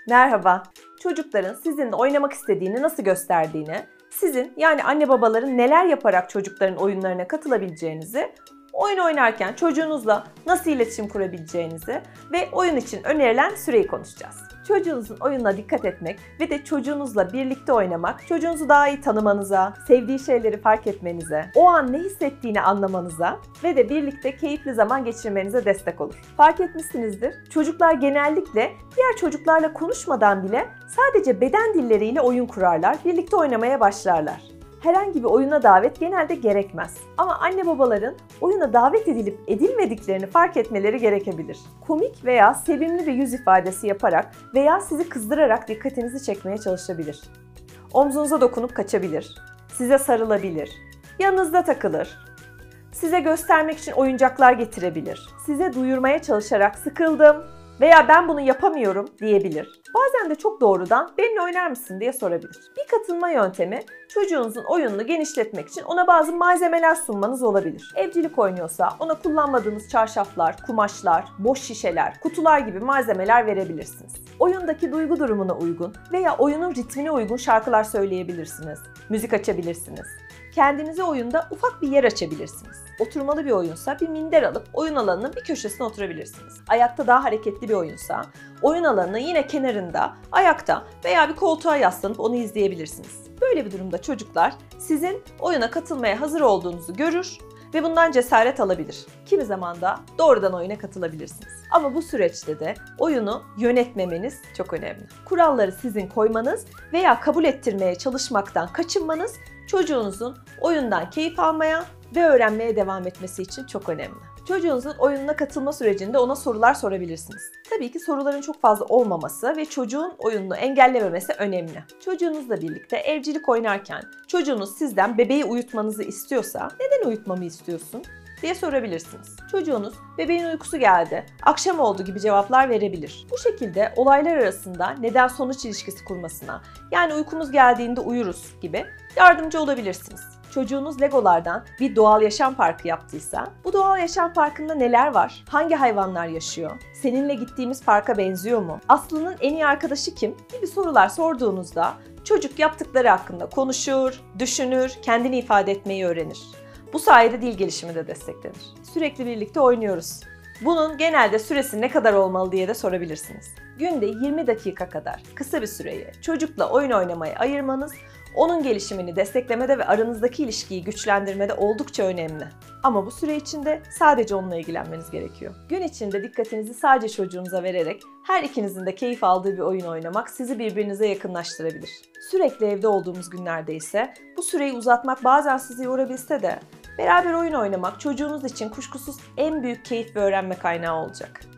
Merhaba. Çocukların sizinle oynamak istediğini nasıl gösterdiğini, sizin yani anne babaların neler yaparak çocukların oyunlarına katılabileceğinizi, oyun oynarken çocuğunuzla nasıl iletişim kurabileceğinizi ve oyun için önerilen süreyi konuşacağız. Çocuğunuzun oyununa dikkat etmek ve de çocuğunuzla birlikte oynamak, çocuğunuzu daha iyi tanımanıza, sevdiği şeyleri fark etmenize, o an ne hissettiğini anlamanıza ve de birlikte keyifli zaman geçirmenize destek olur. Fark etmişsinizdir, çocuklar genellikle diğer çocuklarla konuşmadan bile sadece beden dilleriyle oyun kurarlar, birlikte oynamaya başlarlar. Herhangi bir oyuna davet genelde gerekmez. Ama anne babaların oyuna davet edilip edilmediklerini fark etmeleri gerekebilir. Komik veya sevimli bir yüz ifadesi yaparak veya sizi kızdırarak dikkatinizi çekmeye çalışabilir. Omzunuza dokunup kaçabilir. Size sarılabilir. Yanınızda takılır. Size göstermek için oyuncaklar getirebilir. Size duyurmaya çalışarak sıkıldım veya ben bunu yapamıyorum diyebilir. Bazen de çok doğrudan benimle oynar mısın diye sorabilir. Bir katılma yöntemi çocuğunuzun oyununu genişletmek için ona bazı malzemeler sunmanız olabilir. Evcilik oynuyorsa ona kullanmadığınız çarşaflar, kumaşlar, boş şişeler, kutular gibi malzemeler verebilirsiniz. Oyundaki duygu durumuna uygun veya oyunun ritmine uygun şarkılar söyleyebilirsiniz. Müzik açabilirsiniz. Kendinize oyunda ufak bir yer açabilirsiniz. Oturmalı bir oyunsa bir minder alıp oyun alanının bir köşesine oturabilirsiniz. Ayakta daha hareketli bir oyunsa oyun alanının yine kenarında, ayakta veya bir koltuğa yaslanıp onu izleyebilirsiniz. Böyle bir durumda çocuklar sizin oyuna katılmaya hazır olduğunuzu görür ve bundan cesaret alabilir. Kimi zaman da doğrudan oyuna katılabilirsiniz. Ama bu süreçte de oyunu yönetmemeniz çok önemli. Kuralları sizin koymanız veya kabul ettirmeye çalışmaktan kaçınmanız çocuğunuzun oyundan keyif almaya ve öğrenmeye devam etmesi için çok önemli. Çocuğunuzun oyununa katılma sürecinde ona sorular sorabilirsiniz. Tabii ki soruların çok fazla olmaması ve çocuğun oyununu engellememesi önemli. Çocuğunuzla birlikte evcilik oynarken çocuğunuz sizden bebeği uyutmanızı istiyorsa "Neden uyutmamı istiyorsun?" diye sorabilirsiniz. Çocuğunuz "Bebeğin uykusu geldi, akşam oldu" gibi cevaplar verebilir. Bu şekilde olaylar arasında neden-sonuç ilişkisi kurmasına, yani uykumuz geldiğinde uyuruz gibi yardımcı olabilirsiniz. Çocuğunuz Legolardan bir doğal yaşam parkı yaptıysa, bu doğal yaşam parkında neler var? Hangi hayvanlar yaşıyor? Seninle gittiğimiz parka benziyor mu? Aslı'nın en iyi arkadaşı kim? Gibi sorular sorduğunuzda çocuk yaptıkları hakkında konuşur, düşünür, kendini ifade etmeyi öğrenir. Bu sayede dil gelişimi de desteklenir. Sürekli birlikte oynuyoruz. Bunun genelde süresi ne kadar olmalı diye de sorabilirsiniz. Günde 20 dakika kadar kısa bir süreyi çocukla oyun oynamaya ayırmanız, onun gelişimini desteklemede ve aranızdaki ilişkiyi güçlendirmede oldukça önemli. Ama bu süre içinde sadece onunla ilgilenmeniz gerekiyor. Gün içinde dikkatinizi sadece çocuğunuza vererek her ikinizin de keyif aldığı bir oyun oynamak sizi birbirinize yakınlaştırabilir. Sürekli evde olduğumuz günlerde ise bu süreyi uzatmak bazen sizi yorabilse de beraber oyun oynamak çocuğunuz için kuşkusuz en büyük keyif ve öğrenme kaynağı olacak.